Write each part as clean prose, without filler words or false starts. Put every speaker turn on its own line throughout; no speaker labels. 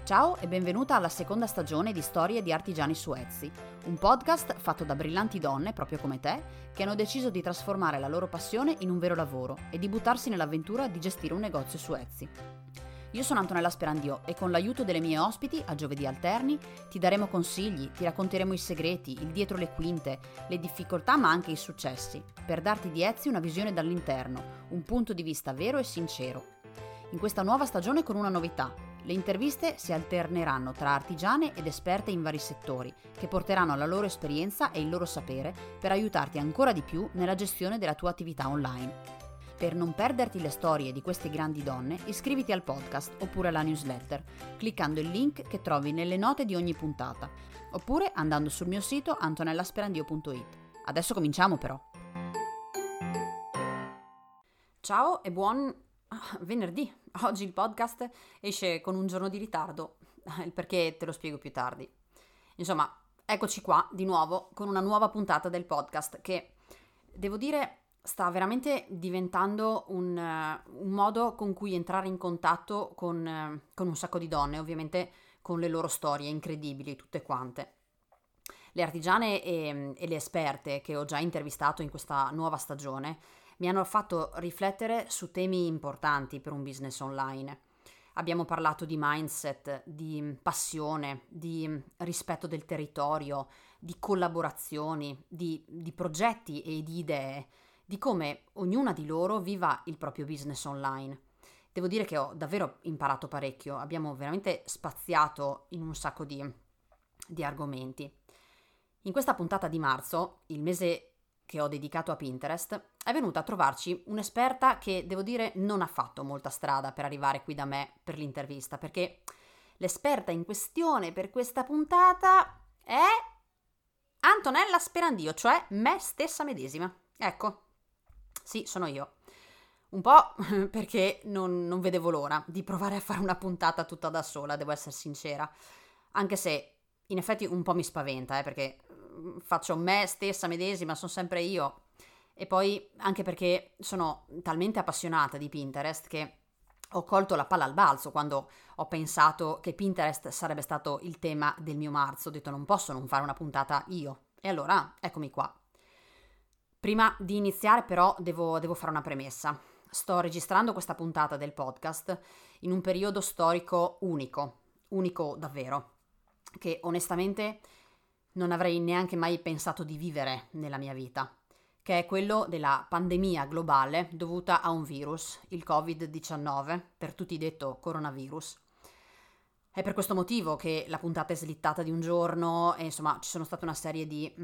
Ciao e benvenuta alla seconda stagione di Storie di Artigiani su Etsy, un podcast fatto da brillanti donne, proprio come te, che hanno deciso di trasformare la loro passione in un vero lavoro e di buttarsi nell'avventura di gestire un negozio su Etsy. Io sono Antonella Sperandio e con l'aiuto delle mie ospiti, a giovedì alterni, ti daremo consigli, ti racconteremo i segreti, il dietro le quinte, le difficoltà ma anche i successi, per darti di Etsy una visione dall'interno, un punto di vista vero e sincero. In questa nuova stagione con una novità. Le interviste si alterneranno tra artigiane ed esperte in vari settori, che porteranno la loro esperienza e il loro sapere per aiutarti ancora di più nella gestione della tua attività online. Per non perderti le storie di queste grandi donne, iscriviti al podcast oppure alla newsletter, cliccando il link che trovi nelle note di ogni puntata, oppure andando sul mio sito antonellasperandio.it. Adesso cominciamo però! Ciao e buon venerdì! Oggi il podcast esce con un giorno di ritardo, il perché te lo spiego più tardi. Insomma, eccoci qua di nuovo con una nuova puntata del podcast che, devo dire, sta veramente diventando un modo con cui entrare in contatto con un sacco di donne, ovviamente con le loro storie incredibili, tutte quante. Le artigiane e le esperte che ho già intervistato in questa nuova stagione mi hanno fatto riflettere su temi importanti per un business online. Abbiamo parlato di mindset, di passione, di rispetto del territorio, di collaborazioni, di progetti e di idee, di come ognuna di loro viva il proprio business online. Devo dire che ho davvero imparato parecchio, abbiamo veramente spaziato in un sacco di argomenti. In questa puntata di marzo, il mese che ho dedicato a Pinterest, è venuta a trovarci un'esperta che, devo dire, non ha fatto molta strada per arrivare qui da me per l'intervista, perché l'esperta in questione per questa puntata è Antonella Sperandio, cioè me stessa medesima. Ecco, sì, sono io. Un po' perché non vedevo l'ora di provare a fare una puntata tutta da sola, devo essere sincera, anche se in effetti un po' mi spaventa, perché faccio me stessa medesima, sono sempre io. E poi anche perché sono talmente appassionata di Pinterest che ho colto la palla al balzo quando ho pensato che Pinterest sarebbe stato il tema del mio marzo. Ho detto non posso non fare una puntata io. E allora eccomi qua. Prima di iniziare però devo fare una premessa. Sto registrando questa puntata del podcast in un periodo storico unico davvero, che onestamente non avrei neanche mai pensato di vivere nella mia vita, che è quello della pandemia globale dovuta a un virus, il Covid-19, per tutti detto coronavirus. È per questo motivo che la puntata è slittata di un giorno e insomma ci sono state una serie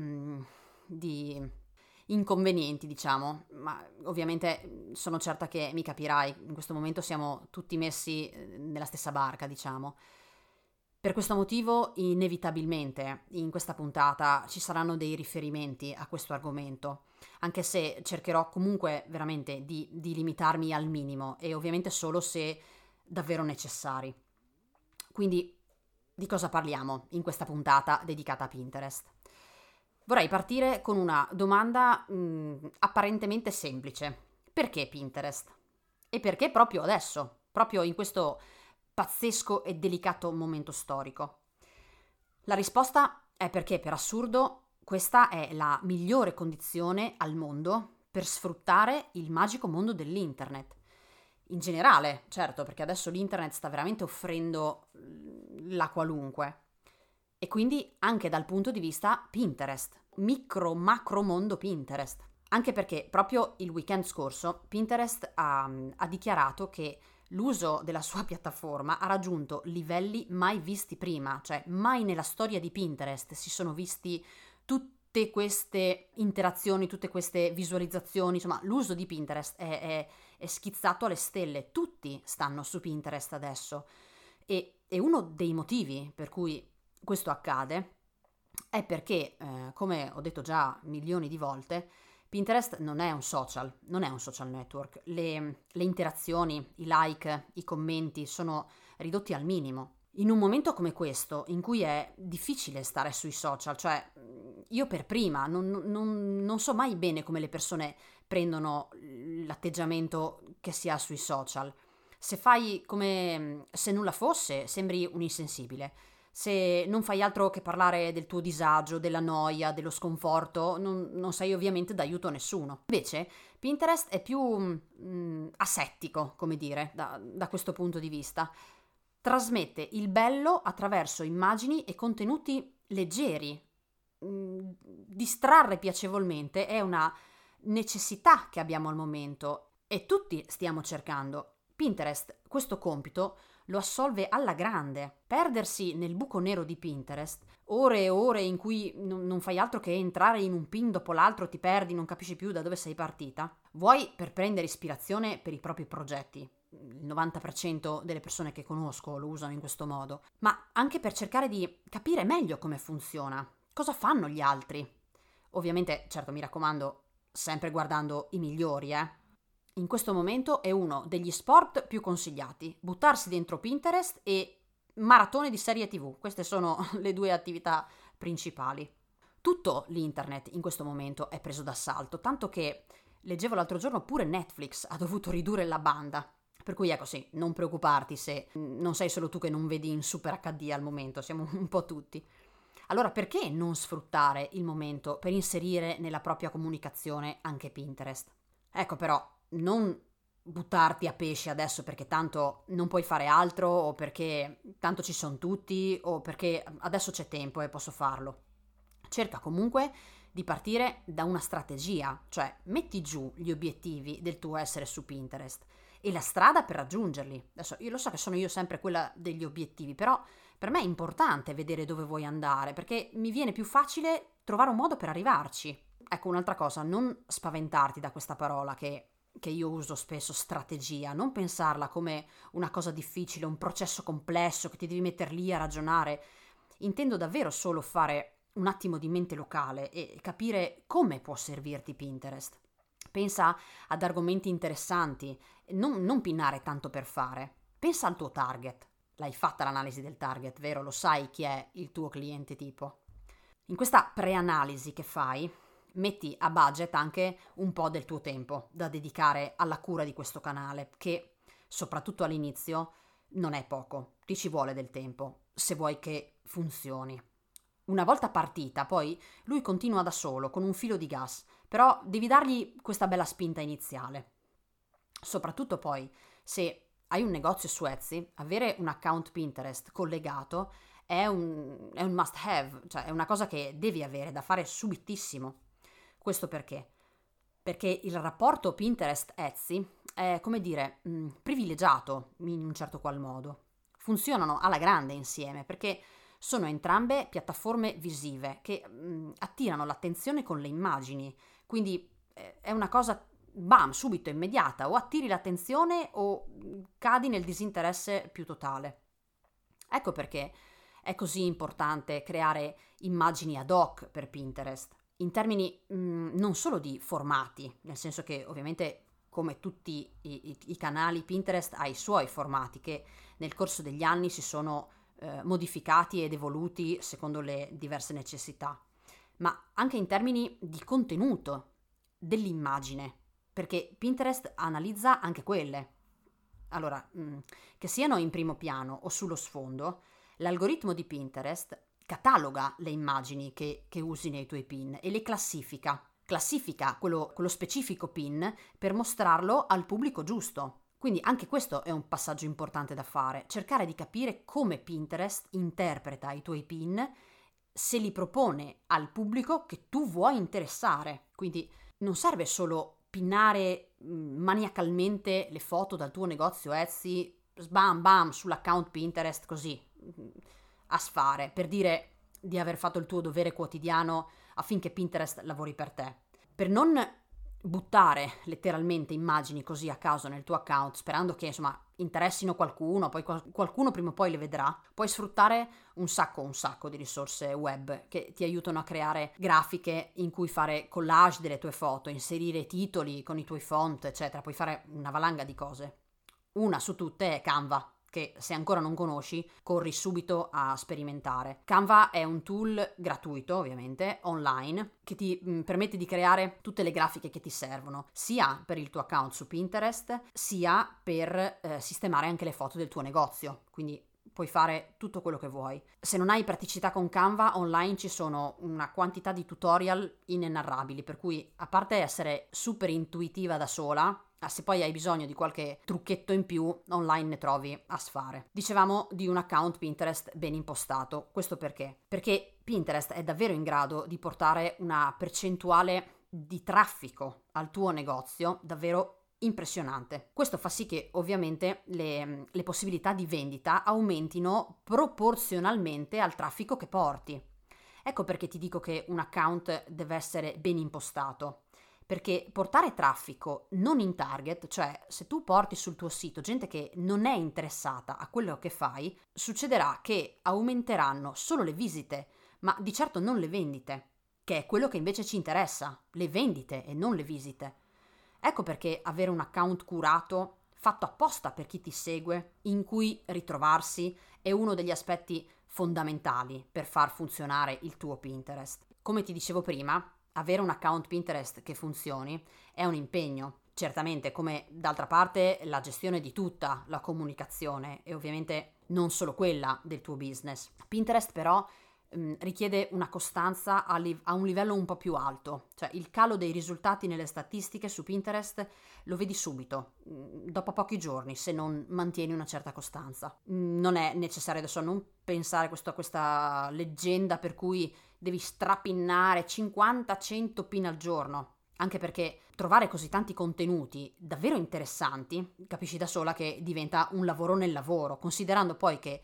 di inconvenienti, diciamo, ma ovviamente sono certa che mi capirai, in questo momento siamo tutti messi nella stessa barca, diciamo. Per questo motivo, inevitabilmente, in questa puntata ci saranno dei riferimenti a questo argomento, anche se cercherò comunque veramente di limitarmi al minimo e ovviamente solo se davvero necessari. Quindi, di cosa parliamo in questa puntata dedicata a Pinterest? Vorrei partire con una domanda apparentemente semplice. Perché Pinterest? E perché proprio adesso? Proprio in questo pazzesco e delicato momento storico? La risposta è perché, per assurdo, questa è la migliore condizione al mondo per sfruttare il magico mondo dell'internet. In generale, certo, perché adesso l'internet sta veramente offrendo la qualunque. E quindi anche dal punto di vista Pinterest, macro mondo Pinterest. Anche perché proprio il weekend scorso Pinterest ha dichiarato che l'uso della sua piattaforma ha raggiunto livelli mai visti prima, cioè mai nella storia di Pinterest si sono visti tutte queste interazioni, tutte queste visualizzazioni, insomma l'uso di Pinterest è schizzato alle stelle, tutti stanno su Pinterest adesso e uno dei motivi per cui questo accade è perché, come ho detto già milioni di volte, Pinterest non è un social network. Le interazioni, i like, i commenti sono ridotti al minimo. In un momento come questo, in cui è difficile stare sui social, cioè io per prima non so mai bene come le persone prendono l'atteggiamento che si ha sui social. Se fai come se nulla fosse, sembri un insensibile. Se non fai altro che parlare del tuo disagio, della noia, dello sconforto, non sei ovviamente d'aiuto a nessuno. Invece, Pinterest è più asettico, come dire, da questo punto di vista. Trasmette il bello attraverso immagini e contenuti leggeri. Distrarre piacevolmente è una necessità che abbiamo al momento e tutti stiamo cercando. Pinterest questo compito lo assolve alla grande. Perdersi nel buco nero di Pinterest, ore e ore in cui non fai altro che entrare in un pin dopo l'altro, ti perdi, non capisci più da dove sei partita, vuoi per prendere ispirazione per i propri progetti. Il 90% delle persone che conosco lo usano in questo modo, ma anche per cercare di capire meglio come funziona, cosa fanno gli altri. Ovviamente, certo, mi raccomando, sempre guardando i migliori, In questo momento è uno degli sport più consigliati. Buttarsi dentro Pinterest e maratone di serie TV. Queste sono le due attività principali. Tutto l'internet in questo momento è preso d'assalto, tanto che leggevo l'altro giorno pure Netflix ha dovuto ridurre la banda. Per cui ecco sì, non preoccuparti se non sei solo tu che non vedi in Super HD al momento, siamo un po' tutti. Allora perché non sfruttare il momento per inserire nella propria comunicazione anche Pinterest? Ecco però, non buttarti a pesce adesso perché tanto non puoi fare altro o perché tanto ci sono tutti o perché adesso c'è tempo e posso farlo. Cerca comunque di partire da una strategia, cioè metti giù gli obiettivi del tuo essere su Pinterest e la strada per raggiungerli. Adesso io lo so che sono io sempre quella degli obiettivi, però per me è importante vedere dove vuoi andare perché mi viene più facile trovare un modo per arrivarci. Ecco un'altra cosa, non spaventarti da questa parola che io uso spesso, strategia, non pensarla come una cosa difficile, un processo complesso che ti devi mettere lì a ragionare. Intendo davvero solo fare un attimo di mente locale e capire come può servirti Pinterest. Pensa ad argomenti interessanti, non pinnare tanto per fare. Pensa al tuo target. L'hai fatta l'analisi del target, vero? Lo sai chi è il tuo cliente tipo. In questa preanalisi che fai, metti a budget anche un po' del tuo tempo da dedicare alla cura di questo canale, che soprattutto all'inizio non è poco, ti ci vuole del tempo, se vuoi che funzioni. Una volta partita, poi lui continua da solo, con un filo di gas, però devi dargli questa bella spinta iniziale. Soprattutto poi, se hai un negozio su Etsy, avere un account Pinterest collegato è un must have, cioè è una cosa che devi avere, da fare subitissimo. Questo perché? Perché il rapporto Pinterest-Etsy è, come dire, privilegiato in un certo qual modo. Funzionano alla grande insieme perché sono entrambe piattaforme visive che attirano l'attenzione con le immagini, quindi è una cosa, bam, subito, immediata, o attiri l'attenzione o cadi nel disinteresse più totale. Ecco perché è così importante creare immagini ad hoc per Pinterest, in termini non solo di formati, nel senso che ovviamente come tutti i canali Pinterest ha i suoi formati che nel corso degli anni si sono modificati ed evoluti secondo le diverse necessità, ma anche in termini di contenuto dell'immagine, perché Pinterest analizza anche quelle. Allora, che siano in primo piano o sullo sfondo, l'algoritmo di Pinterest cataloga le immagini che usi nei tuoi pin e le classifica. Classifica quello specifico pin per mostrarlo al pubblico giusto. Quindi anche questo è un passaggio importante da fare, cercare di capire come Pinterest interpreta i tuoi pin, se li propone al pubblico che tu vuoi interessare. Quindi non serve solo pinnare maniacalmente le foto dal tuo negozio Etsy, bam bam, sull'account Pinterest così, a sfare, per dire di aver fatto il tuo dovere quotidiano affinché Pinterest lavori per te. Per non buttare letteralmente immagini così a caso nel tuo account sperando che insomma interessino qualcuno, poi qualcuno prima o poi le vedrà, puoi sfruttare un sacco di risorse web che ti aiutano a creare grafiche in cui fare collage delle tue foto, inserire titoli con i tuoi font eccetera, puoi fare una valanga di cose. Una su tutte è Canva. che se ancora non conosci corri subito a sperimentare. Canva è un tool gratuito, ovviamente, online, che ti permette di creare tutte le grafiche che ti servono, sia per il tuo account su Pinterest, sia per sistemare anche le foto del tuo negozio, quindi puoi fare tutto quello che vuoi. Se non hai praticità con Canva, online ci sono una quantità di tutorial inenarrabili, per cui a parte essere super intuitiva da sola, se poi hai bisogno di qualche trucchetto in più, online ne trovi a sfare. Dicevamo di un account Pinterest ben impostato. Questo perché? Perché Pinterest è davvero in grado di portare una percentuale di traffico al tuo negozio davvero impressionante. Questo fa sì che ovviamente le possibilità di vendita aumentino proporzionalmente al traffico che porti. Ecco perché ti dico che un account deve essere ben impostato. Perché portare traffico non in target, cioè se tu porti sul tuo sito gente che non è interessata a quello che fai, succederà che aumenteranno solo le visite, ma di certo non le vendite, che è quello che invece ci interessa, le vendite e non le visite. Ecco perché avere un account curato, fatto apposta per chi ti segue, in cui ritrovarsi, è uno degli aspetti fondamentali per far funzionare il tuo Pinterest. Come ti dicevo prima, avere un account Pinterest che funzioni è un impegno. Certamente, come d'altra parte, la gestione di tutta la comunicazione e ovviamente non solo quella del tuo business. Pinterest però richiede una costanza a un livello un po' più alto, cioè il calo dei risultati nelle statistiche su Pinterest lo vedi subito, dopo pochi giorni, se non mantieni una certa costanza. Non è necessario adesso non pensare a questa leggenda per cui devi strapinnare 50-100 pin al giorno, anche perché trovare così tanti contenuti davvero interessanti, capisci da sola che diventa un lavoro nel lavoro, considerando poi che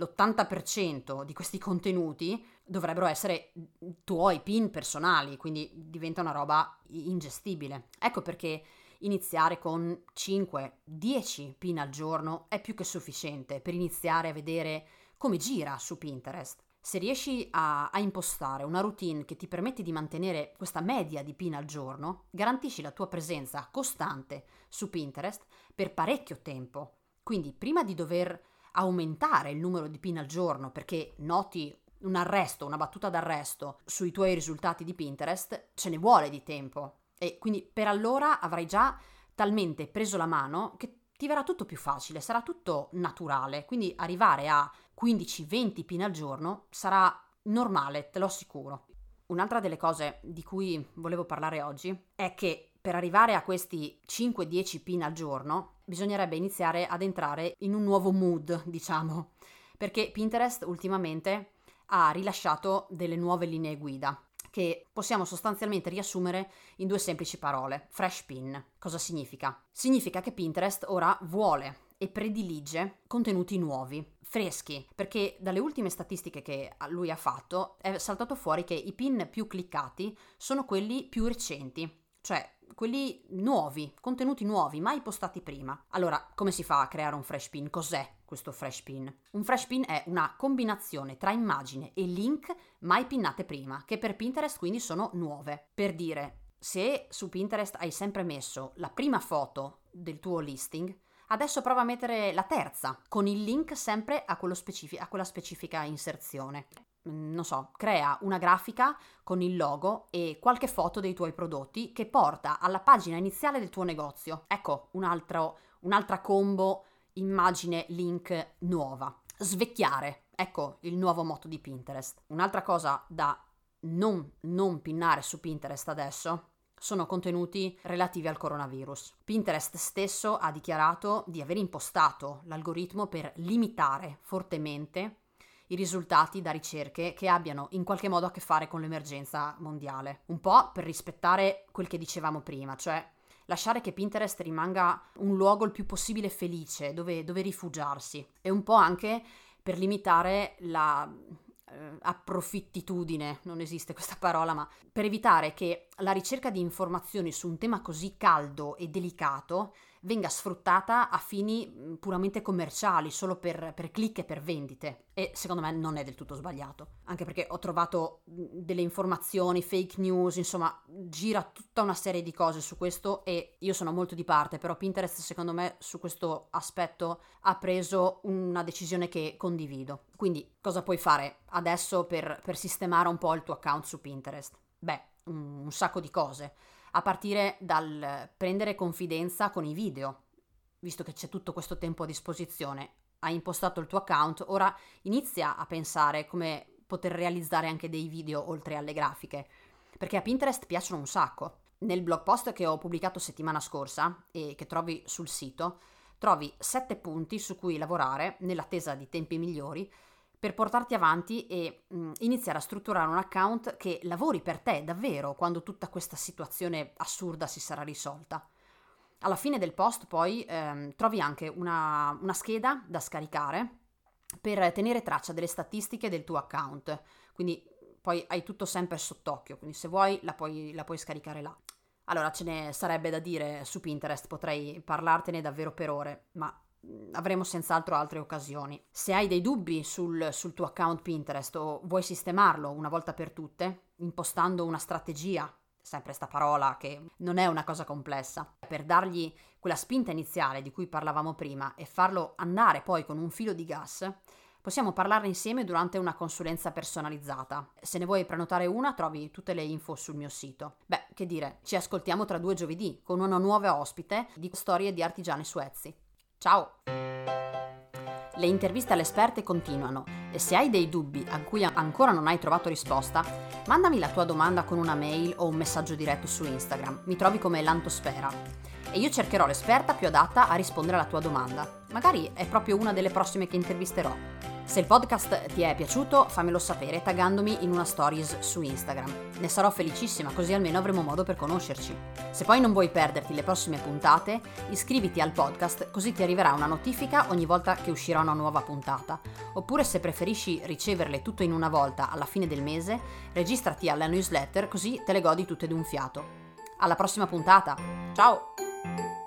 l'80% di questi contenuti dovrebbero essere tuoi pin personali, quindi diventa una roba ingestibile. Ecco perché iniziare con 5-10 pin al giorno è più che sufficiente per iniziare a vedere come gira su Pinterest. Se riesci a impostare una routine che ti permette di mantenere questa media di pin al giorno, garantisci la tua presenza costante su Pinterest per parecchio tempo. Quindi prima di dover aumentare il numero di pin al giorno perché noti un arresto, una battuta d'arresto sui tuoi risultati di Pinterest, ce ne vuole di tempo. E quindi per allora avrai già talmente preso la mano che ti verrà tutto più facile, sarà tutto naturale, quindi arrivare a 15-20 pin al giorno sarà normale, te lo assicuro. Un'altra delle cose di cui volevo parlare oggi è che per arrivare a questi 5-10 pin al giorno bisognerebbe iniziare ad entrare in un nuovo mood, diciamo, perché Pinterest ultimamente ha rilasciato delle nuove linee guida che possiamo sostanzialmente riassumere in due semplici parole: fresh pin. Cosa significa? Significa che Pinterest ora vuole e predilige contenuti nuovi, freschi, perché dalle ultime statistiche che lui ha fatto è saltato fuori che i pin più cliccati sono quelli più recenti, cioè quelli nuovi, contenuti nuovi, mai postati prima. Allora, come si fa a creare un fresh pin? Cos'è questo fresh pin? Un fresh pin è una combinazione tra immagine e link mai pinnate prima, che per Pinterest quindi sono nuove. Per dire, se su Pinterest hai sempre messo la prima foto del tuo listing, adesso prova a mettere la terza, con il link sempre a quella specifica inserzione. Non so, crea una grafica con il logo e qualche foto dei tuoi prodotti che porta alla pagina iniziale del tuo negozio. Ecco, un'altra combo immagine link nuova. Svecchiare, ecco il nuovo motto di Pinterest. Un'altra cosa da non pinnare su Pinterest adesso sono contenuti relativi al coronavirus. Pinterest stesso ha dichiarato di aver impostato l'algoritmo per limitare fortemente i risultati da ricerche che abbiano in qualche modo a che fare con l'emergenza mondiale. Un po' per rispettare quel che dicevamo prima, cioè lasciare che Pinterest rimanga un luogo il più possibile felice, dove rifugiarsi, e un po' anche per limitare la approfittitudine, non esiste questa parola, ma per evitare che la ricerca di informazioni su un tema così caldo e delicato venga sfruttata a fini puramente commerciali, solo per click e per vendite. E secondo me non è del tutto sbagliato, anche perché ho trovato delle informazioni, fake news, insomma, gira tutta una serie di cose su questo e io sono molto di parte, però Pinterest secondo me su questo aspetto ha preso una decisione che condivido. Quindi cosa puoi fare adesso per sistemare un po' il tuo account su Pinterest? Beh, un sacco di cose, a partire dal prendere confidenza con i video, visto che c'è tutto questo tempo a disposizione. Hai impostato il tuo account, ora inizia a pensare come poter realizzare anche dei video oltre alle grafiche, perché a Pinterest piacciono un sacco. Nel blog post che ho pubblicato settimana scorsa e che trovi sul sito, trovi 7 punti su cui lavorare nell'attesa di tempi migliori per portarti avanti e iniziare a strutturare un account che lavori per te davvero quando tutta questa situazione assurda si sarà risolta. Alla fine del post poi trovi anche una scheda da scaricare per tenere traccia delle statistiche del tuo account, quindi poi hai tutto sempre sott'occhio, quindi se vuoi la puoi scaricare là. Allora ce ne sarebbe da dire su Pinterest, potrei parlartene davvero per ore, ma avremo senz'altro altre occasioni. Se hai dei dubbi sul tuo account Pinterest o vuoi sistemarlo una volta per tutte, impostando una strategia, sempre sta parola che non è una cosa complessa, per dargli quella spinta iniziale di cui parlavamo prima e farlo andare poi con un filo di gas, possiamo parlarne insieme durante una consulenza personalizzata. Se ne vuoi prenotare una, trovi tutte le info sul mio sito. Beh, che dire, ci ascoltiamo tra 2 giovedì con una nuova ospite di storie di artigiani su Etsy. Ciao! Le interviste alle esperte continuano e se hai dei dubbi a cui ancora non hai trovato risposta, mandami la tua domanda con una mail o un messaggio diretto su Instagram. Mi trovi come Lantosfera e io cercherò l'esperta più adatta a rispondere alla tua domanda. Magari è proprio una delle prossime che intervisterò. Se il podcast ti è piaciuto, fammelo sapere taggandomi in una stories su Instagram. Ne sarò felicissima, così almeno avremo modo per conoscerci. Se poi non vuoi perderti le prossime puntate, iscriviti al podcast così ti arriverà una notifica ogni volta che uscirà una nuova puntata. Oppure se preferisci riceverle tutto in una volta alla fine del mese, registrati alla newsletter così te le godi tutte d'un fiato. Alla prossima puntata! Ciao!